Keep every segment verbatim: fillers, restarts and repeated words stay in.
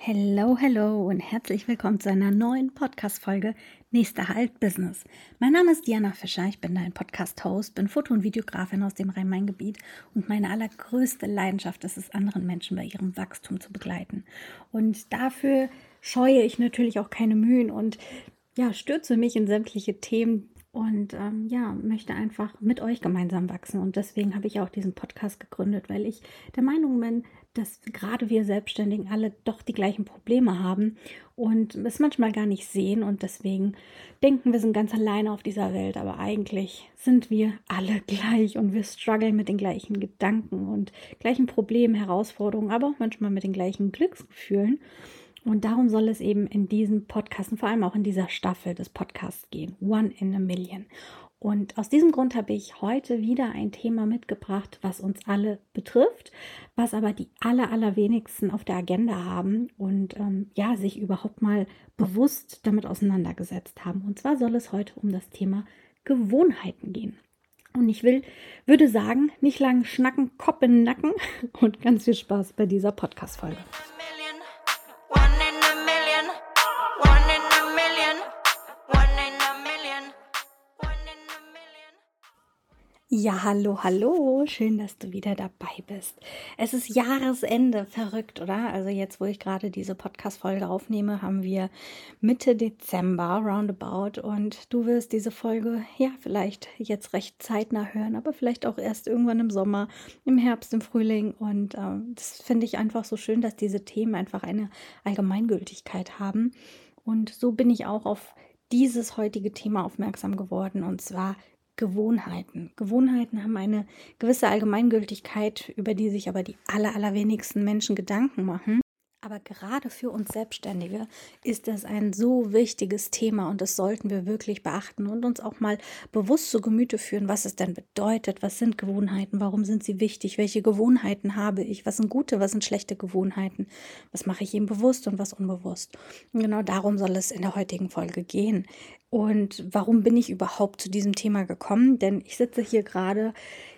Hello, hello und herzlich willkommen zu einer neuen Podcast-Folge Nächster Halt Business. Mein Name ist Diana Fischer, ich bin dein Podcast-Host, bin Foto- und Videografin aus dem Rhein-Main-Gebiet und meine allergrößte Leidenschaft ist es, anderen Menschen bei ihrem Wachstum zu begleiten. Und dafür scheue ich natürlich auch keine Mühen und ja, stürze mich in sämtliche Themen und ähm, ja, möchte einfach mit euch gemeinsam wachsen. Und deswegen habe ich auch diesen Podcast gegründet, weil ich der Meinung bin, dass gerade wir Selbstständigen alle doch die gleichen Probleme haben und es manchmal gar nicht sehen. Und deswegen denken wir sind ganz alleine auf dieser Welt, aber eigentlich sind wir alle gleich und wir strugglen mit den gleichen Gedanken und gleichen Problemen, Herausforderungen, aber auch manchmal mit den gleichen Glücksgefühlen. Und darum soll es eben in diesem Podcast und vor allem auch in dieser Staffel des Podcasts gehen. One in a Million. Und aus diesem Grund habe ich heute wieder ein Thema mitgebracht, was uns alle betrifft, was aber die aller, allerwenigsten auf der Agenda haben und ähm, ja, sich überhaupt mal bewusst damit auseinandergesetzt haben. Und zwar soll es heute um das Thema Gewohnheiten gehen. Und ich will, würde sagen, nicht lang schnacken, Kopf in den Nacken und ganz viel Spaß bei dieser Podcast-Folge. Ja, hallo, hallo, schön, dass du wieder dabei bist. Es ist Jahresende, verrückt, oder? Also jetzt, wo ich gerade diese Podcast-Folge aufnehme, haben wir Mitte Dezember, roundabout, und du wirst diese Folge, ja, vielleicht jetzt recht zeitnah hören, aber vielleicht auch erst irgendwann im Sommer, im Herbst, im Frühling, und ähm, das finde ich einfach so schön, dass diese Themen einfach eine Allgemeingültigkeit haben, und so bin ich auch auf dieses heutige Thema aufmerksam geworden, und zwar Gewohnheiten. Gewohnheiten haben eine gewisse Allgemeingültigkeit, über die sich aber die aller, allerwenigsten Menschen Gedanken machen. Aber gerade für uns Selbstständige ist das ein so wichtiges Thema und das sollten wir wirklich beachten und uns auch mal bewusst zu Gemüte führen, was es denn bedeutet, was sind Gewohnheiten, warum sind sie wichtig, welche Gewohnheiten habe ich, was sind gute, was sind schlechte Gewohnheiten, was mache ich eben bewusst und was unbewusst. Und genau darum soll es in der heutigen Folge gehen. Und warum bin ich überhaupt zu diesem Thema gekommen? Denn ich sitze hier gerade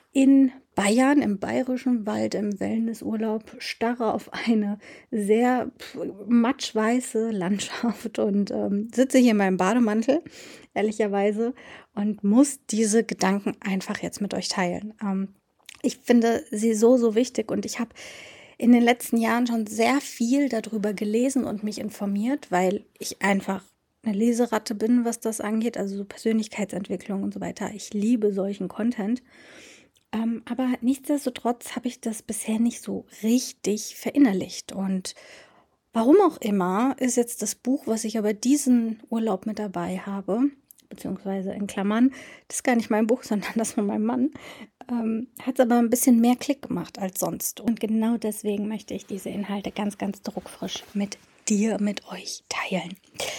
in Bayern, im Bayerischen Wald, im Wellnessurlaub, starre auf eine sehr matschweiße Landschaft und ähm, sitze hier in meinem Bademantel, ehrlicherweise, und muss diese Gedanken einfach jetzt mit euch teilen. Ähm, ich finde sie so, so wichtig und ich habe in den letzten Jahren schon sehr viel darüber gelesen und mich informiert, weil ich einfach eine Leseratte bin, was das angeht, also so Persönlichkeitsentwicklung und so weiter. Ich liebe solchen Content. Ähm, aber nichtsdestotrotz habe ich das bisher nicht so richtig verinnerlicht. Und warum auch immer ist jetzt das Buch, was ich aber diesen Urlaub mit dabei habe, beziehungsweise in Klammern, das ist gar nicht mein Buch, sondern das von meinem Mann, ähm, hat es aber ein bisschen mehr Klick gemacht als sonst. Und genau deswegen möchte ich diese Inhalte ganz, ganz druckfrisch mit dir, mit euch teilen.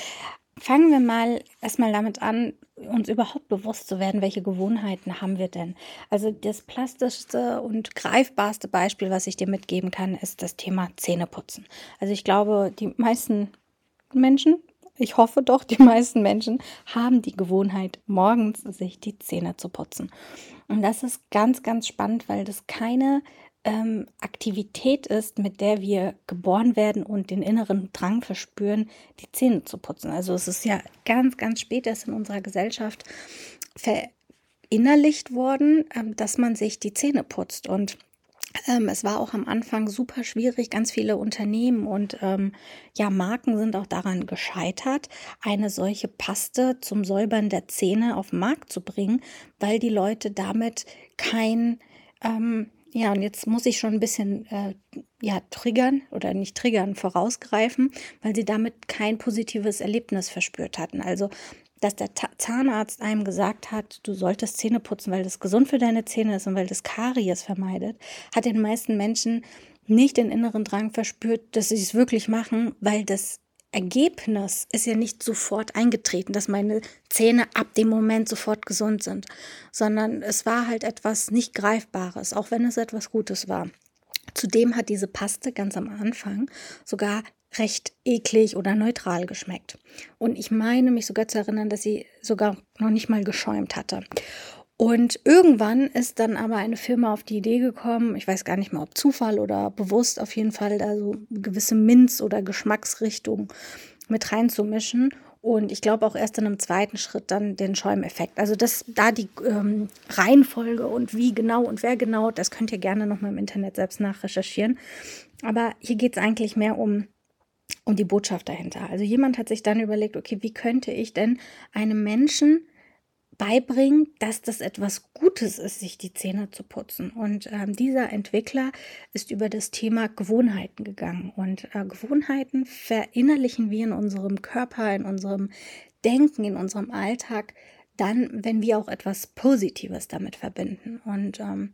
Fangen wir mal erstmal damit an, uns überhaupt bewusst zu werden, welche Gewohnheiten haben wir denn? Also das plastischste und greifbarste Beispiel, was ich dir mitgeben kann, ist das Thema Zähneputzen. Also ich glaube, die meisten Menschen, ich hoffe doch, die meisten Menschen haben die Gewohnheit, morgens sich die Zähne zu putzen. Und das ist ganz, ganz spannend, weil das keine ähm, Aktivität ist, mit der wir geboren werden und den inneren Drang verspüren, die Zähne zu putzen. Also es ist ja ganz, ganz spät erst in unserer Gesellschaft verinnerlicht worden, ähm, dass man sich die Zähne putzt. Und ähm, es war auch am Anfang super schwierig. Ganz viele Unternehmen und ähm, ja, Marken sind auch daran gescheitert, eine solche Paste zum Säubern der Zähne auf den Markt zu bringen, weil die Leute damit kein ähm, Ja, und jetzt muss ich schon ein bisschen äh, ja, triggern oder nicht triggern, vorausgreifen, weil sie damit kein positives Erlebnis verspürt hatten. Also, dass der Ta- Zahnarzt einem gesagt hat, du solltest Zähne putzen, weil das gesund für deine Zähne ist und weil das Karies vermeidet, hat den meisten Menschen nicht den inneren Drang verspürt, dass sie es wirklich machen, weil das Ergebnis ist ja nicht sofort eingetreten, dass meine Zähne ab dem Moment sofort gesund sind, sondern es war halt etwas nicht Greifbares, auch wenn es etwas Gutes war. Zudem hat diese Paste ganz am Anfang sogar recht eklig oder neutral geschmeckt. Und ich meine mich sogar zu erinnern, dass sie sogar noch nicht mal geschäumt hatte. Und irgendwann ist dann aber eine Firma auf die Idee gekommen, ich weiß gar nicht mehr, ob Zufall oder bewusst, auf jeden Fall da so gewisse Minz- oder Geschmacksrichtungen mit reinzumischen. Und ich glaube auch erst in einem zweiten Schritt dann den Schäumeffekt. Also das, da die ähm, Reihenfolge und wie genau und wer genau, das könnt ihr gerne nochmal im Internet selbst nachrecherchieren. Aber hier geht es eigentlich mehr um, um die Botschaft dahinter. Also jemand hat sich dann überlegt, okay, wie könnte ich denn einem Menschen beibringen, dass das etwas Gutes ist, sich die Zähne zu putzen. Und ähm, dieser Entwickler ist über das Thema Gewohnheiten gegangen. Und äh, Gewohnheiten verinnerlichen wir in unserem Körper, in unserem Denken, in unserem Alltag, dann, wenn wir auch etwas Positives damit verbinden. Und ähm,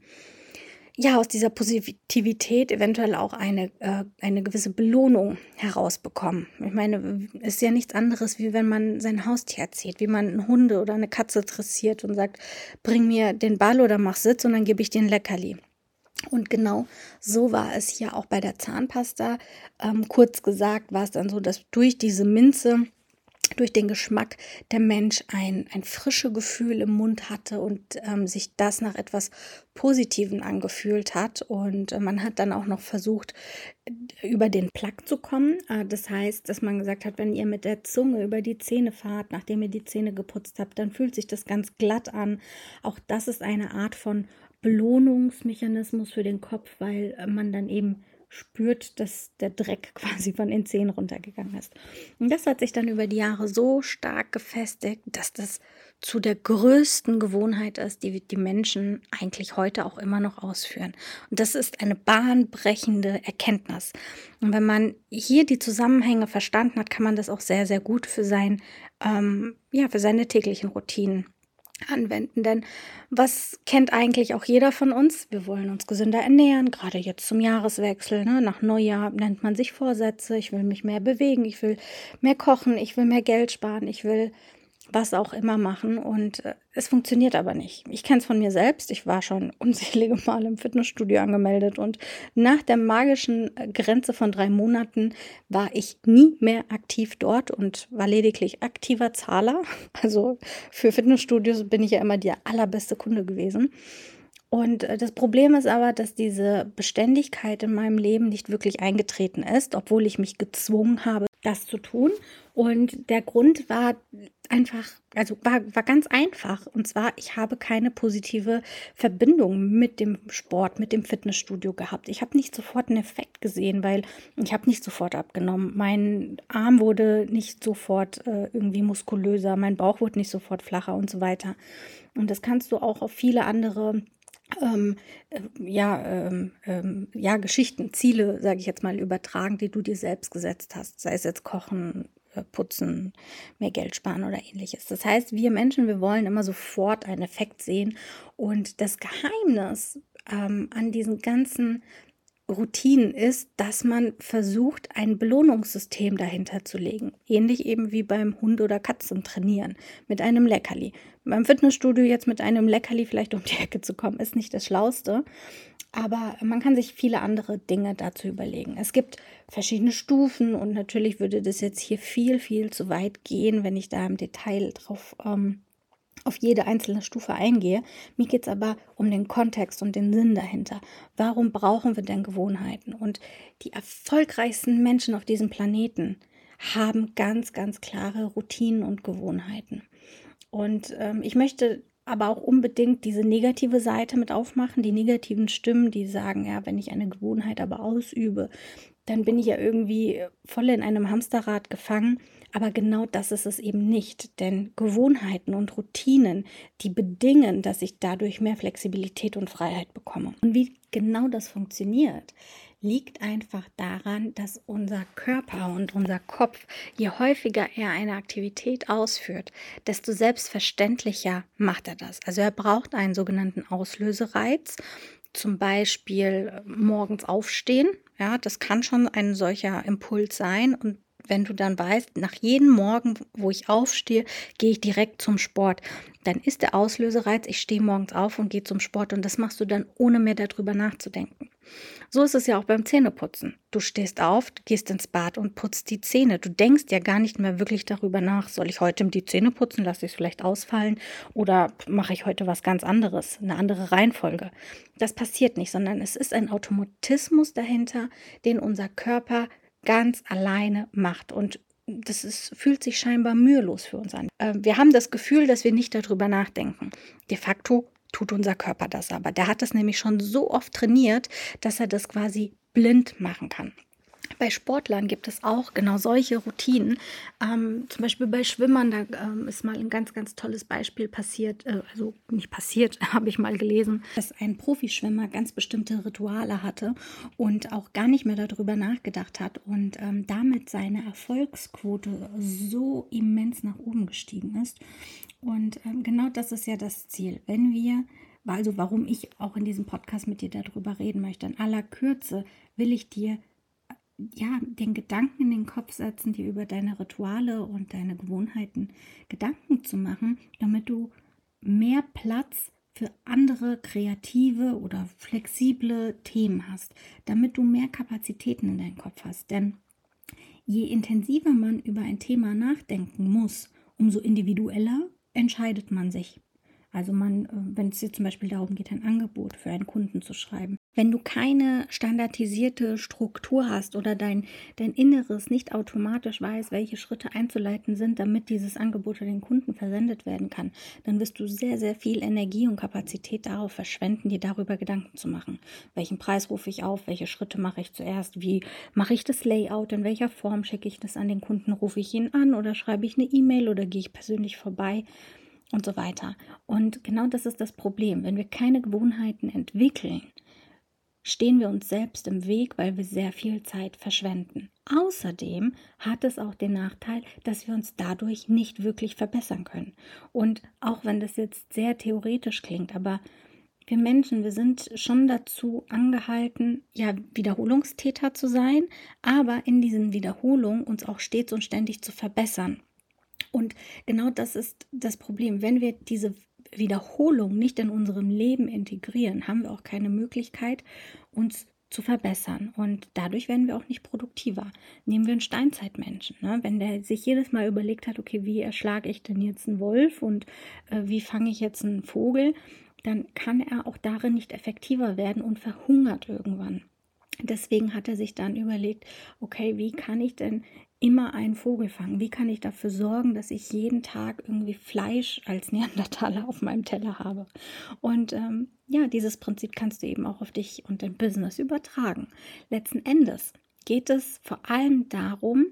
ja, aus dieser Positivität eventuell auch eine, äh, eine gewisse Belohnung herausbekommen. Ich meine, es ist ja nichts anderes, wie wenn man sein Haustier erzieht, wie man einen Hunde oder eine Katze dressiert und sagt, bring mir den Ball oder mach Sitz und dann gebe ich dir ein Leckerli. Und genau so war es hier auch bei der Zahnpasta. Ähm, kurz gesagt war es dann so, dass durch diese Minze, durch den Geschmack der Mensch ein, ein frisches Gefühl im Mund hatte und ähm, sich das nach etwas Positivem angefühlt hat. Und äh, man hat dann auch noch versucht, über den Plack zu kommen. Äh, das heißt, dass man gesagt hat, wenn ihr mit der Zunge über die Zähne fahrt, nachdem ihr die Zähne geputzt habt, dann fühlt sich das ganz glatt an. Auch das ist eine Art von Belohnungsmechanismus für den Kopf, weil äh, man dann eben spürt, dass der Dreck quasi von den Zähnen runtergegangen ist. Und das hat sich dann über die Jahre so stark gefestigt, dass das zu der größten Gewohnheit ist, die die Menschen eigentlich heute auch immer noch ausführen. Und das ist eine bahnbrechende Erkenntnis. Und wenn man hier die Zusammenhänge verstanden hat, kann man das auch sehr, sehr gut für sein, ähm, ja, für seine täglichen Routinen anwenden. Denn was kennt eigentlich auch jeder von uns? Wir wollen uns gesünder ernähren, gerade jetzt zum Jahreswechsel. Ne? Nach Neujahr nennt man sich Vorsätze. Ich will mich mehr bewegen, ich will mehr kochen, ich will mehr Geld sparen, ich will was auch immer machen und äh, es funktioniert aber nicht. Ich kenne es von mir selbst. Ich war schon unzählige Male im Fitnessstudio angemeldet und nach der magischen Grenze von drei Monaten war ich nie mehr aktiv dort und war lediglich aktiver Zahler. Also für Fitnessstudios bin ich ja immer der allerbeste Kunde gewesen. Und äh, das Problem ist aber, dass diese Beständigkeit in meinem Leben nicht wirklich eingetreten ist, obwohl ich mich gezwungen habe, das zu tun. Und der Grund war einfach, also war, war ganz einfach. Und zwar, ich habe keine positive Verbindung mit dem Sport, mit dem Fitnessstudio gehabt. Ich habe nicht sofort einen Effekt gesehen, weil ich habe nicht sofort abgenommen. Mein Arm wurde nicht sofort äh, irgendwie muskulöser, mein Bauch wurde nicht sofort flacher und so weiter. Und das kannst du auch auf viele andere Ähm, äh, ja, ähm, ähm, ja, Geschichten, Ziele, sage ich jetzt mal, übertragen, die du dir selbst gesetzt hast. Sei es jetzt Kochen, äh, Putzen, mehr Geld sparen oder ähnliches. Das heißt, wir Menschen, wir wollen immer sofort einen Effekt sehen. Und das Geheimnis ähm, an diesen ganzen Routinen ist, dass man versucht, ein Belohnungssystem dahinter zu legen. Ähnlich eben wie beim Hund oder Katzen trainieren mit einem Leckerli. Beim Fitnessstudio jetzt mit einem Leckerli vielleicht um die Ecke zu kommen, ist nicht das Schlauste. Aber man kann sich viele andere Dinge dazu überlegen. Es gibt verschiedene Stufen und natürlich würde das jetzt hier viel, viel zu weit gehen, wenn ich da im Detail drauf ähm, auf jede einzelne Stufe eingehe. Mir geht es aber um den Kontext und den Sinn dahinter. Warum brauchen wir denn Gewohnheiten? Und die erfolgreichsten Menschen auf diesem Planeten haben ganz, ganz klare Routinen und Gewohnheiten. Und ähm, ich möchte aber auch unbedingt diese negative Seite mit aufmachen, die negativen Stimmen, die sagen, ja, wenn ich eine Gewohnheit aber ausübe, dann bin ich ja irgendwie voll in einem Hamsterrad gefangen. Aber genau das ist es eben nicht, denn Gewohnheiten und Routinen, die bedingen, dass ich dadurch mehr Flexibilität und Freiheit bekomme. Und wie genau das funktioniert, liegt einfach daran, dass unser Körper und unser Kopf, je häufiger er eine Aktivität ausführt, desto selbstverständlicher macht er das. Also er braucht einen sogenannten Auslösereiz, zum Beispiel morgens aufstehen. Ja, das kann schon ein solcher Impuls sein und wenn du dann weißt, nach jedem Morgen, wo ich aufstehe, gehe ich direkt zum Sport. Dann ist der Auslösereiz, ich stehe morgens auf und gehe zum Sport und das machst du dann, ohne mehr darüber nachzudenken. So ist es ja auch beim Zähneputzen. Du stehst auf, gehst ins Bad und putzt die Zähne. Du denkst ja gar nicht mehr wirklich darüber nach, soll ich heute die Zähne putzen, lasse ich es vielleicht ausfallen oder mache ich heute was ganz anderes, eine andere Reihenfolge. Das passiert nicht, sondern es ist ein Automatismus dahinter, den unser Körper ganz alleine macht und das ist, fühlt sich scheinbar mühelos für uns an. Äh, wir haben das Gefühl, dass wir nicht darüber nachdenken. De facto tut unser Körper das aber. Der hat das nämlich schon so oft trainiert, dass er das quasi blind machen kann. Bei Sportlern gibt es auch genau solche Routinen. Ähm, zum Beispiel bei Schwimmern, da ähm, ist mal ein ganz, ganz tolles Beispiel passiert, äh, also nicht passiert, habe ich mal gelesen, dass ein Profischwimmer ganz bestimmte Rituale hatte und auch gar nicht mehr darüber nachgedacht hat und ähm, damit seine Erfolgsquote so immens nach oben gestiegen ist. Und ähm, genau das ist ja das Ziel. Wenn wir, also warum ich auch in diesem Podcast mit dir darüber reden möchte, in aller Kürze will ich dir ja, den Gedanken in den Kopf setzen, dir über deine Rituale und deine Gewohnheiten Gedanken zu machen, damit du mehr Platz für andere kreative oder flexible Themen hast, damit du mehr Kapazitäten in deinem Kopf hast. Denn je intensiver man über ein Thema nachdenken muss, umso individueller entscheidet man sich. Also man, wenn es dir zum Beispiel darum geht, ein Angebot für einen Kunden zu schreiben. Wenn du keine standardisierte Struktur hast oder dein, dein Inneres nicht automatisch weiß, welche Schritte einzuleiten sind, damit dieses Angebot an den Kunden versendet werden kann, dann wirst du sehr, sehr viel Energie und Kapazität darauf verschwenden, dir darüber Gedanken zu machen. Welchen Preis rufe ich auf? Welche Schritte mache ich zuerst? Wie mache ich das Layout? In welcher Form schicke ich das an den Kunden? Rufe ich ihn an oder schreibe ich eine E-Mail oder gehe ich persönlich vorbei? Und so weiter. Und genau das ist das Problem. Wenn wir keine Gewohnheiten entwickeln, stehen wir uns selbst im Weg, weil wir sehr viel Zeit verschwenden. Außerdem hat es auch den Nachteil, dass wir uns dadurch nicht wirklich verbessern können. Und auch wenn das jetzt sehr theoretisch klingt, aber wir Menschen, wir sind schon dazu angehalten, ja, Wiederholungstäter zu sein, aber in diesen Wiederholungen uns auch stets und ständig zu verbessern. Und genau das ist das Problem. Wenn wir diese Wiederholung nicht in unserem Leben integrieren, haben wir auch keine Möglichkeit, uns zu verbessern. Und dadurch werden wir auch nicht produktiver. Nehmen wir einen Steinzeitmenschen. Ne? Wenn der sich jedes Mal überlegt hat, okay, wie erschlage ich denn jetzt einen Wolf und äh, wie fange ich jetzt einen Vogel, dann kann er auch darin nicht effektiver werden und verhungert irgendwann. Deswegen hat er sich dann überlegt, okay, wie kann ich denn immer einen Vogel fangen? Wie kann ich dafür sorgen, dass ich jeden Tag irgendwie Fleisch als Neandertaler auf meinem Teller habe? Und ähm, ja, dieses Prinzip kannst du eben auch auf dich und dein Business übertragen. Letzten Endes geht es vor allem darum,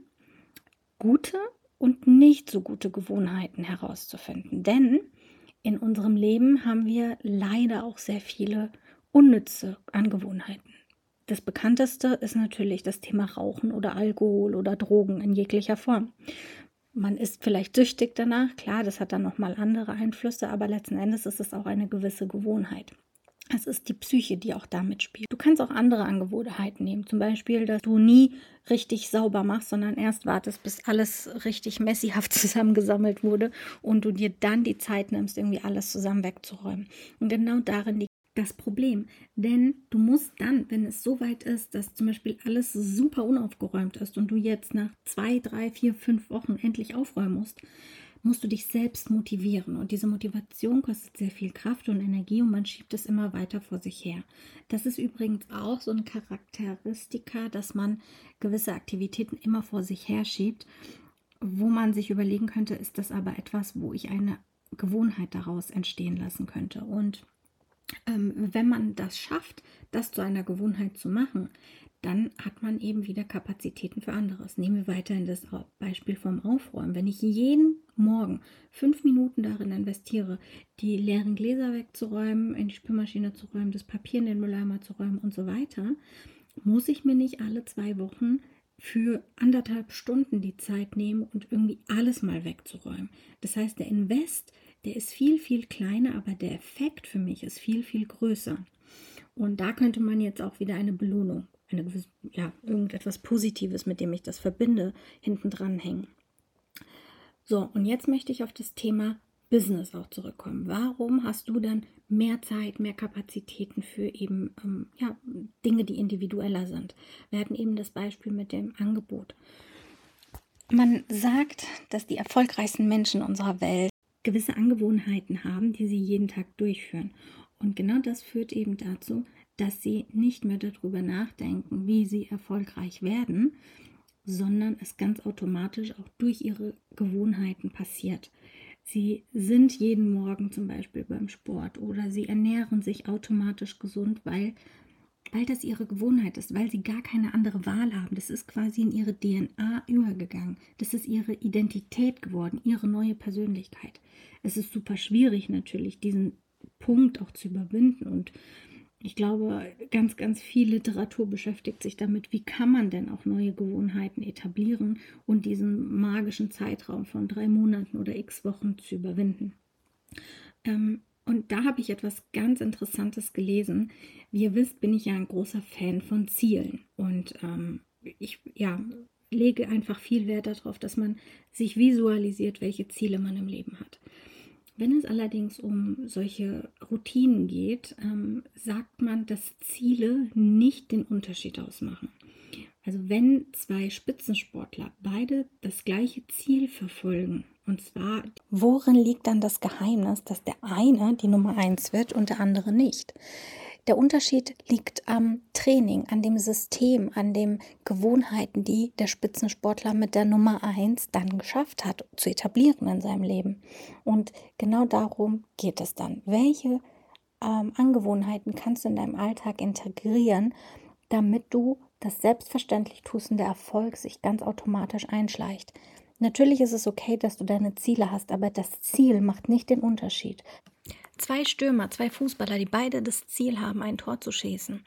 gute und nicht so gute Gewohnheiten herauszufinden. Denn in unserem Leben haben wir leider auch sehr viele unnütze Angewohnheiten. Das bekannteste ist natürlich das Thema Rauchen oder Alkohol oder Drogen in jeglicher Form. Man ist vielleicht süchtig danach, klar, das hat dann nochmal andere Einflüsse, aber letzten Endes ist es auch eine gewisse Gewohnheit. Es ist die Psyche, die auch damit spielt. Du kannst auch andere Angewohnheiten nehmen, zum Beispiel, dass du nie richtig sauber machst, sondern erst wartest, bis alles richtig messihaft zusammengesammelt wurde und du dir dann die Zeit nimmst, irgendwie alles zusammen wegzuräumen. Und genau darin liegt das Problem, denn du musst dann, wenn es so weit ist, dass zum Beispiel alles super unaufgeräumt ist und du jetzt nach zwei, drei, vier, fünf Wochen endlich aufräumen musst, musst du dich selbst motivieren und diese Motivation kostet sehr viel Kraft und Energie und man schiebt es immer weiter vor sich her. Das ist übrigens auch so ein Charakteristika, dass man gewisse Aktivitäten immer vor sich her schiebt, wo man sich überlegen könnte, ist das aber etwas, wo ich eine Gewohnheit daraus entstehen lassen könnte. Und Ähm, wenn man das schafft, das zu einer Gewohnheit zu machen, dann hat man eben wieder Kapazitäten für anderes. Nehmen wir weiterhin das Beispiel vom Aufräumen. Wenn ich jeden Morgen fünf Minuten darin investiere, die leeren Gläser wegzuräumen, in die Spülmaschine zu räumen, das Papier in den Mülleimer zu räumen und so weiter, muss ich mir nicht alle zwei Wochen für anderthalb Stunden die Zeit nehmen und irgendwie alles mal wegzuräumen. Das heißt, der Invest, der ist viel, viel kleiner, aber der Effekt für mich ist viel, viel größer. Und da könnte man jetzt auch wieder eine Belohnung eine gewisse, ja, irgendetwas Positives, mit dem ich das verbinde, hinten dran hängen. So, und jetzt möchte ich auf das Thema Business auch zurückkommen. Warum hast du dann mehr Zeit, mehr Kapazitäten für eben ähm, ja, Dinge, die individueller sind? Wir hatten eben das Beispiel mit dem Angebot. Man sagt, dass die erfolgreichsten Menschen unserer Welt gewisse Angewohnheiten haben, die sie jeden Tag durchführen. Und genau das führt eben dazu, dass sie nicht mehr darüber nachdenken, wie sie erfolgreich werden, sondern es ganz automatisch auch durch ihre Gewohnheiten passiert. Sie sind jeden Morgen zum Beispiel beim Sport oder sie ernähren sich automatisch gesund, weil, weil das ihre Gewohnheit ist, weil sie gar keine andere Wahl haben. Das ist quasi in ihre D N A übergegangen. Das ist ihre Identität geworden, ihre neue Persönlichkeit. Es ist super schwierig natürlich, diesen Punkt auch zu überwinden, und ich glaube, ganz, ganz viel Literatur beschäftigt sich damit, wie kann man denn auch neue Gewohnheiten etablieren und diesen magischen Zeitraum von drei Monaten oder x Wochen zu überwinden. Ähm, und da habe ich etwas ganz Interessantes gelesen. Wie ihr wisst, bin ich ja ein großer Fan von Zielen. Und ähm, ich ja, lege einfach viel Wert darauf, dass man sich visualisiert, welche Ziele man im Leben hat. Wenn es allerdings um solche Routinen geht, ähm, sagt man, dass Ziele nicht den Unterschied ausmachen. Also wenn zwei Spitzensportler beide das gleiche Ziel verfolgen, und zwar, worin liegt dann das Geheimnis, dass der eine die Nummer eins wird und der andere nicht? Der Unterschied liegt am Training, an dem System, an den Gewohnheiten, die der Spitzensportler mit der Nummer eins dann geschafft hat zu etablieren in seinem Leben. Und genau darum geht es dann. Welche ähm, Angewohnheiten kannst du in deinem Alltag integrieren, damit du das selbstverständlich tust und der Erfolg sich ganz automatisch einschleicht? Natürlich ist es okay, dass du deine Ziele hast, aber das Ziel macht nicht den Unterschied. Zwei Stürmer, zwei Fußballer, die beide das Ziel haben, ein Tor zu schießen,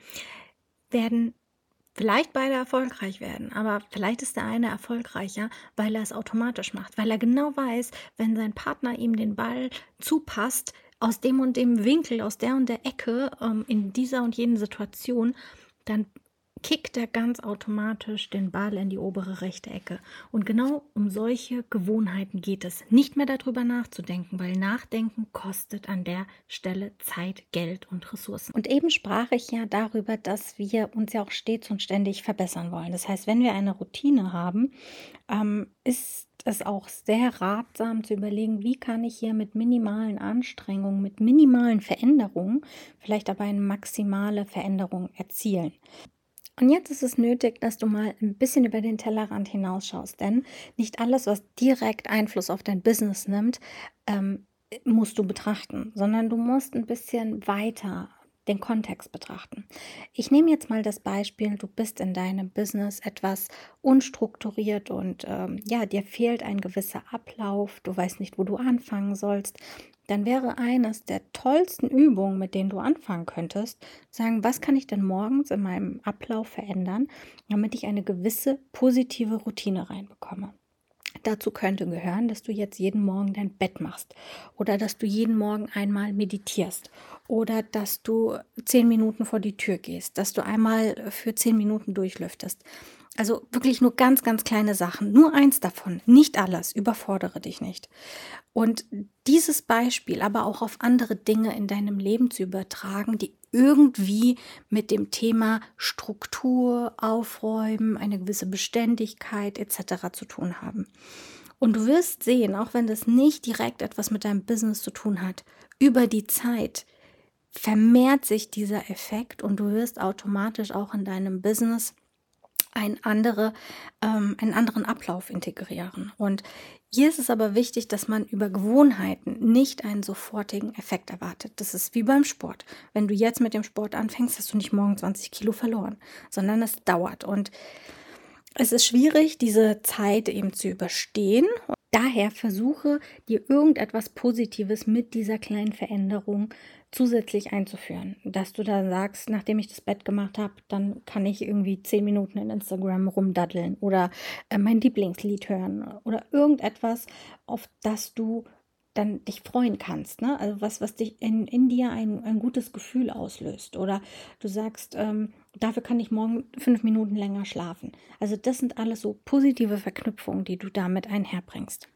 werden vielleicht beide erfolgreich werden, aber vielleicht ist der eine erfolgreicher, weil er es automatisch macht, weil er genau weiß, wenn sein Partner ihm den Ball zupasst, aus dem und dem Winkel, aus der und der Ecke, ähm, in dieser und jenen Situation, dann kickt er ganz automatisch den Ball in die obere rechte Ecke. Und genau um solche Gewohnheiten geht es. Nicht mehr darüber nachzudenken, weil Nachdenken kostet an der Stelle Zeit, Geld und Ressourcen. Und eben sprach ich ja darüber, dass wir uns ja auch stets und ständig verbessern wollen. Das heißt, wenn wir eine Routine haben, ähm, ist es auch sehr ratsam zu überlegen, wie kann ich hier mit minimalen Anstrengungen, mit minimalen Veränderungen, vielleicht aber eine maximale Veränderung erzielen. Und jetzt ist es nötig, dass du mal ein bisschen über den Tellerrand hinausschaust, denn nicht alles, was direkt Einfluss auf dein Business nimmt, ähm, musst du betrachten, sondern du musst ein bisschen weiter den Kontext betrachten. Ich nehme jetzt mal das Beispiel, du bist in deinem Business etwas unstrukturiert und ähm, ja, dir fehlt ein gewisser Ablauf, du weißt nicht, wo du anfangen sollst. Dann wäre eines der tollsten Übungen, mit denen du anfangen könntest, sagen, was kann ich denn morgens in meinem Ablauf verändern, damit ich eine gewisse positive Routine reinbekomme. Dazu könnte gehören, dass du jetzt jeden Morgen dein Bett machst oder dass du jeden Morgen einmal meditierst oder dass du zehn Minuten vor die Tür gehst, dass du einmal für zehn Minuten durchlüftest. Also wirklich nur ganz, ganz kleine Sachen. Nur eins davon, nicht alles. Überfordere dich nicht. Und dieses Beispiel aber auch auf andere Dinge in deinem Leben zu übertragen, die irgendwie mit dem Thema Struktur, Aufräumen, eine gewisse Beständigkeit et cetera zu tun haben. Und du wirst sehen, auch wenn das nicht direkt etwas mit deinem Business zu tun hat, über die Zeit vermehrt sich dieser Effekt und du wirst automatisch auch in deinem Business ein andere, ähm, einen anderen Ablauf integrieren. Und hier ist es aber wichtig, dass man über Gewohnheiten nicht einen sofortigen Effekt erwartet. Das ist wie beim Sport. Wenn du jetzt mit dem Sport anfängst, hast du nicht morgen zwanzig Kilo verloren, sondern es dauert. Und es ist schwierig, diese Zeit eben zu überstehen. Und daher versuche dir irgendetwas Positives mit dieser kleinen Veränderung zusätzlich einzuführen, dass du dann sagst, nachdem ich das Bett gemacht habe, dann kann ich irgendwie zehn Minuten in Instagram rumdaddeln oder äh, mein Lieblingslied hören oder irgendetwas, auf das du dann dich freuen kannst, ne? Also was, was dich in, in dir ein, ein gutes Gefühl auslöst. Oder du sagst, ähm, dafür kann ich morgen fünf Minuten länger schlafen. Also das sind alles so positive Verknüpfungen, die du damit einherbringst.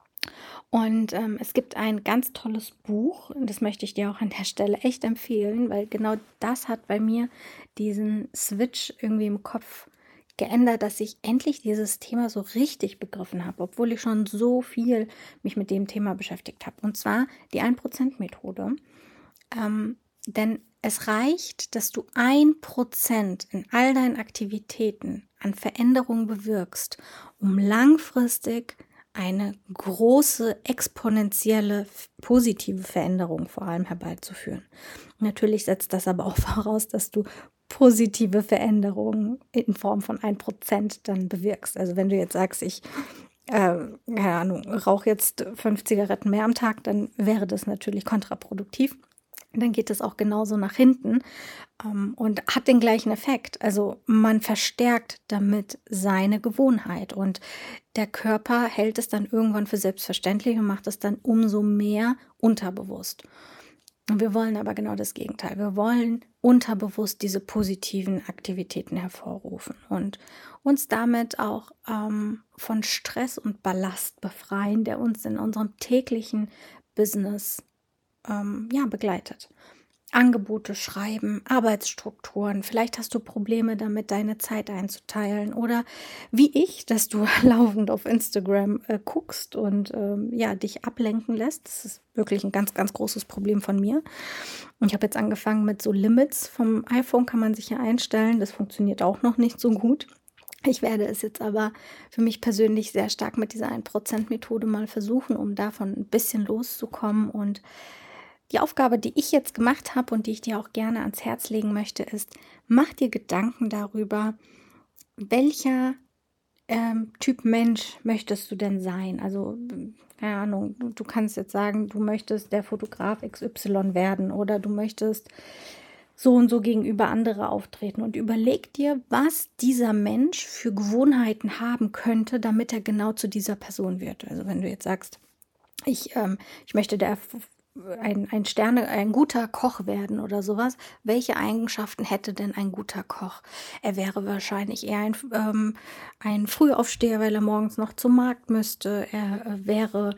Und ähm, es gibt ein ganz tolles Buch, und das möchte ich dir auch an der Stelle echt empfehlen, weil genau das hat bei mir diesen Switch irgendwie im Kopf geändert, dass ich endlich dieses Thema so richtig begriffen habe, obwohl ich schon so viel mich mit dem Thema beschäftigt habe. Und zwar die ein-Prozent-Methode. Ähm, denn es reicht, dass du ein Prozent in all deinen Aktivitäten an Veränderung bewirkst, um langfristig eine große, exponentielle, positive Veränderung vor allem herbeizuführen. Natürlich setzt das aber auch voraus, dass du positive Veränderungen in Form von ein Prozent dann bewirkst. Also wenn du jetzt sagst, ich äh, keine Ahnung, rauche jetzt fünf Zigaretten mehr am Tag, dann wäre das natürlich kontraproduktiv. Dann geht es auch genauso nach hinten ähm, und hat den gleichen Effekt. Also man verstärkt damit seine Gewohnheit und der Körper hält es dann irgendwann für selbstverständlich und macht es dann umso mehr unterbewusst. Und wir wollen aber genau das Gegenteil. Wir wollen unterbewusst diese positiven Aktivitäten hervorrufen und uns damit auch ähm, von Stress und Ballast befreien, der uns in unserem täglichen Business ähm, ja, begleitet. Angebote schreiben, Arbeitsstrukturen. Vielleicht hast du Probleme damit, deine Zeit einzuteilen oder wie ich, dass du laufend auf Instagram äh, guckst und ähm, ja, dich ablenken lässt. Das ist wirklich ein ganz, ganz großes Problem von mir. Und ich habe jetzt angefangen mit so Limits vom iPhone, kann man sich ja einstellen. Das funktioniert auch noch nicht so gut. Ich werde es jetzt aber für mich persönlich sehr stark mit dieser ein-Prozent-Methode mal versuchen, um davon ein bisschen loszukommen. Und die Aufgabe, die ich jetzt gemacht habe und die ich dir auch gerne ans Herz legen möchte, ist, mach dir Gedanken darüber, welcher ähm, Typ Mensch möchtest du denn sein? Also, keine Ahnung, du, du kannst jetzt sagen, du möchtest der Fotograf X Y werden oder du möchtest so und so gegenüber andere auftreten und überleg dir, was dieser Mensch für Gewohnheiten haben könnte, damit er genau zu dieser Person wird. Also wenn du jetzt sagst, ich, ähm, ich möchte der ein, ein Sterne, ein guter Koch werden oder sowas. Welche Eigenschaften hätte denn ein guter Koch? Er wäre wahrscheinlich eher ein, ähm, ein Frühaufsteher, weil er morgens noch zum Markt müsste. Er äh, wäre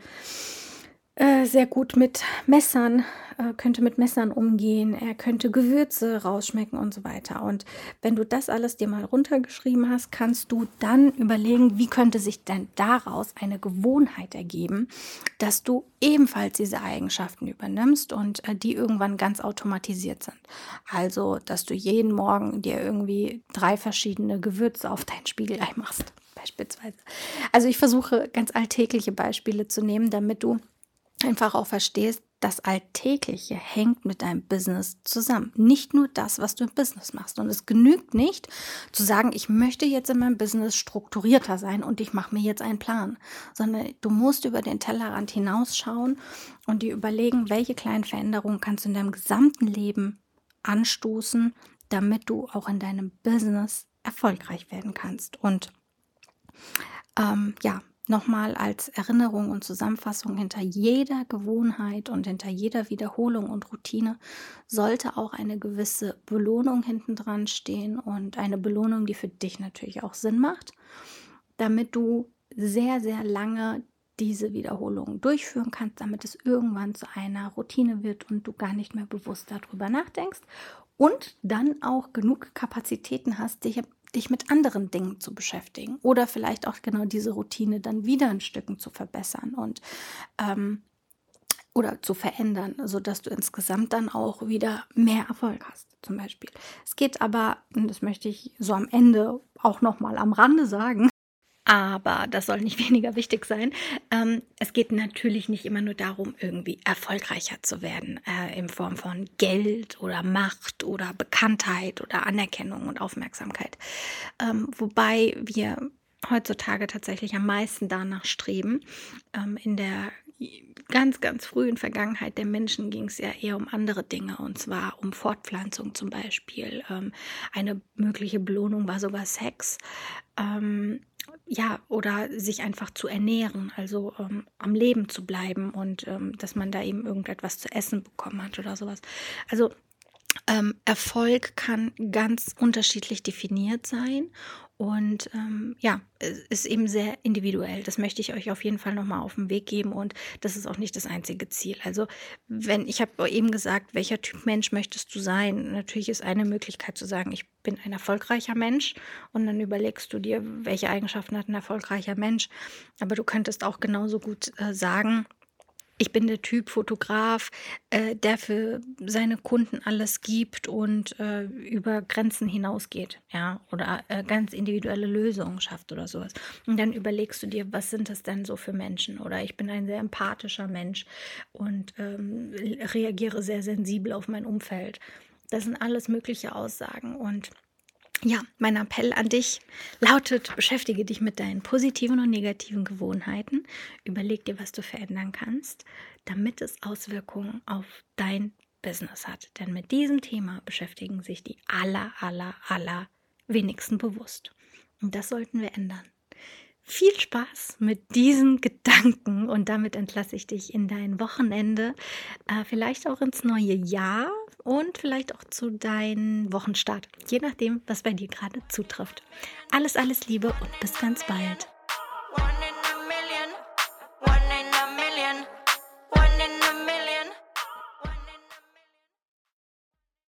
äh, sehr gut mit Messern, äh, könnte mit Messern umgehen. Er könnte Gewürze rausschmecken und so weiter. Und wenn du das alles dir mal runtergeschrieben hast, kannst du dann überlegen, wie könnte sich denn daraus eine Gewohnheit ergeben, dass du ebenfalls diese Eigenschaften übernimmst und äh, die irgendwann ganz automatisiert sind. Also, dass du jeden Morgen dir irgendwie drei verschiedene Gewürze auf dein Spiegelei machst, beispielsweise. Also ich versuche ganz alltägliche Beispiele zu nehmen, damit du einfach auch verstehst, das Alltägliche hängt mit deinem Business zusammen. Nicht nur das, was du im Business machst. Und es genügt nicht zu sagen, ich möchte jetzt in meinem Business strukturierter sein und ich mache mir jetzt einen Plan. Sondern du musst über den Tellerrand hinausschauen und dir überlegen, welche kleinen Veränderungen kannst du in deinem gesamten Leben anstoßen, damit du auch in deinem Business erfolgreich werden kannst. Und ähm, ja, nochmal als Erinnerung und Zusammenfassung, hinter jeder Gewohnheit und hinter jeder Wiederholung und Routine sollte auch eine gewisse Belohnung hinten dran stehen und eine Belohnung, die für dich natürlich auch Sinn macht, damit du sehr, sehr lange diese Wiederholung durchführen kannst, damit es irgendwann zu einer Routine wird und du gar nicht mehr bewusst darüber nachdenkst und dann auch genug Kapazitäten hast, dich dich mit anderen Dingen zu beschäftigen oder vielleicht auch genau diese Routine dann wieder in Stücken zu verbessern und ähm, oder zu verändern, sodass du insgesamt dann auch wieder mehr Erfolg hast, zum Beispiel. Es geht aber, und das möchte ich so am Ende auch nochmal am Rande sagen, aber das soll nicht weniger wichtig sein. Ähm, es geht natürlich nicht immer nur darum, irgendwie erfolgreicher zu werden, äh, in Form von Geld oder Macht oder Bekanntheit oder Anerkennung und Aufmerksamkeit. Ähm, wobei wir heutzutage tatsächlich am meisten danach streben. Ähm, in der ganz, ganz frühen Vergangenheit der Menschen ging es ja eher um andere Dinge, und zwar um Fortpflanzung zum Beispiel. Ähm, eine mögliche Belohnung war sogar Sex. Ähm, ja, oder sich einfach zu ernähren, also ähm, am Leben zu bleiben und ähm, dass man da eben irgendetwas zu essen bekommen hat oder sowas. Also ähm, Erfolg kann ganz unterschiedlich definiert sein und ähm, ja, es ist eben sehr individuell. Das möchte ich euch auf jeden Fall nochmal auf den Weg geben und das ist auch nicht das einzige Ziel. Also wenn, ich habe eben gesagt, welcher Typ Mensch möchtest du sein? Natürlich ist eine Möglichkeit zu sagen, ich bin ein erfolgreicher Mensch und dann überlegst du dir, welche Eigenschaften hat ein erfolgreicher Mensch. Aber du könntest auch genauso gut äh, sagen, ich bin der Typ Fotograf, äh, der für seine Kunden alles gibt und äh, über Grenzen hinausgeht, ja, oder äh, ganz individuelle Lösungen schafft oder sowas. Und dann überlegst du dir, was sind das denn so für Menschen? Oder ich bin ein sehr empathischer Mensch und ähm, reagiere sehr sensibel auf mein Umfeld. Das sind alles mögliche Aussagen und ja, mein Appell an dich lautet, beschäftige dich mit deinen positiven und negativen Gewohnheiten. Überleg dir, was du verändern kannst, damit es Auswirkungen auf dein Business hat. Denn mit diesem Thema beschäftigen sich die aller, aller, aller wenigsten bewusst. Und das sollten wir ändern. Viel Spaß mit diesen Gedanken und damit entlasse ich dich in dein Wochenende, äh, vielleicht auch ins neue Jahr und vielleicht auch zu deinem Wochenstart, je nachdem, was bei dir gerade zutrifft. Alles, alles Liebe und bis ganz bald.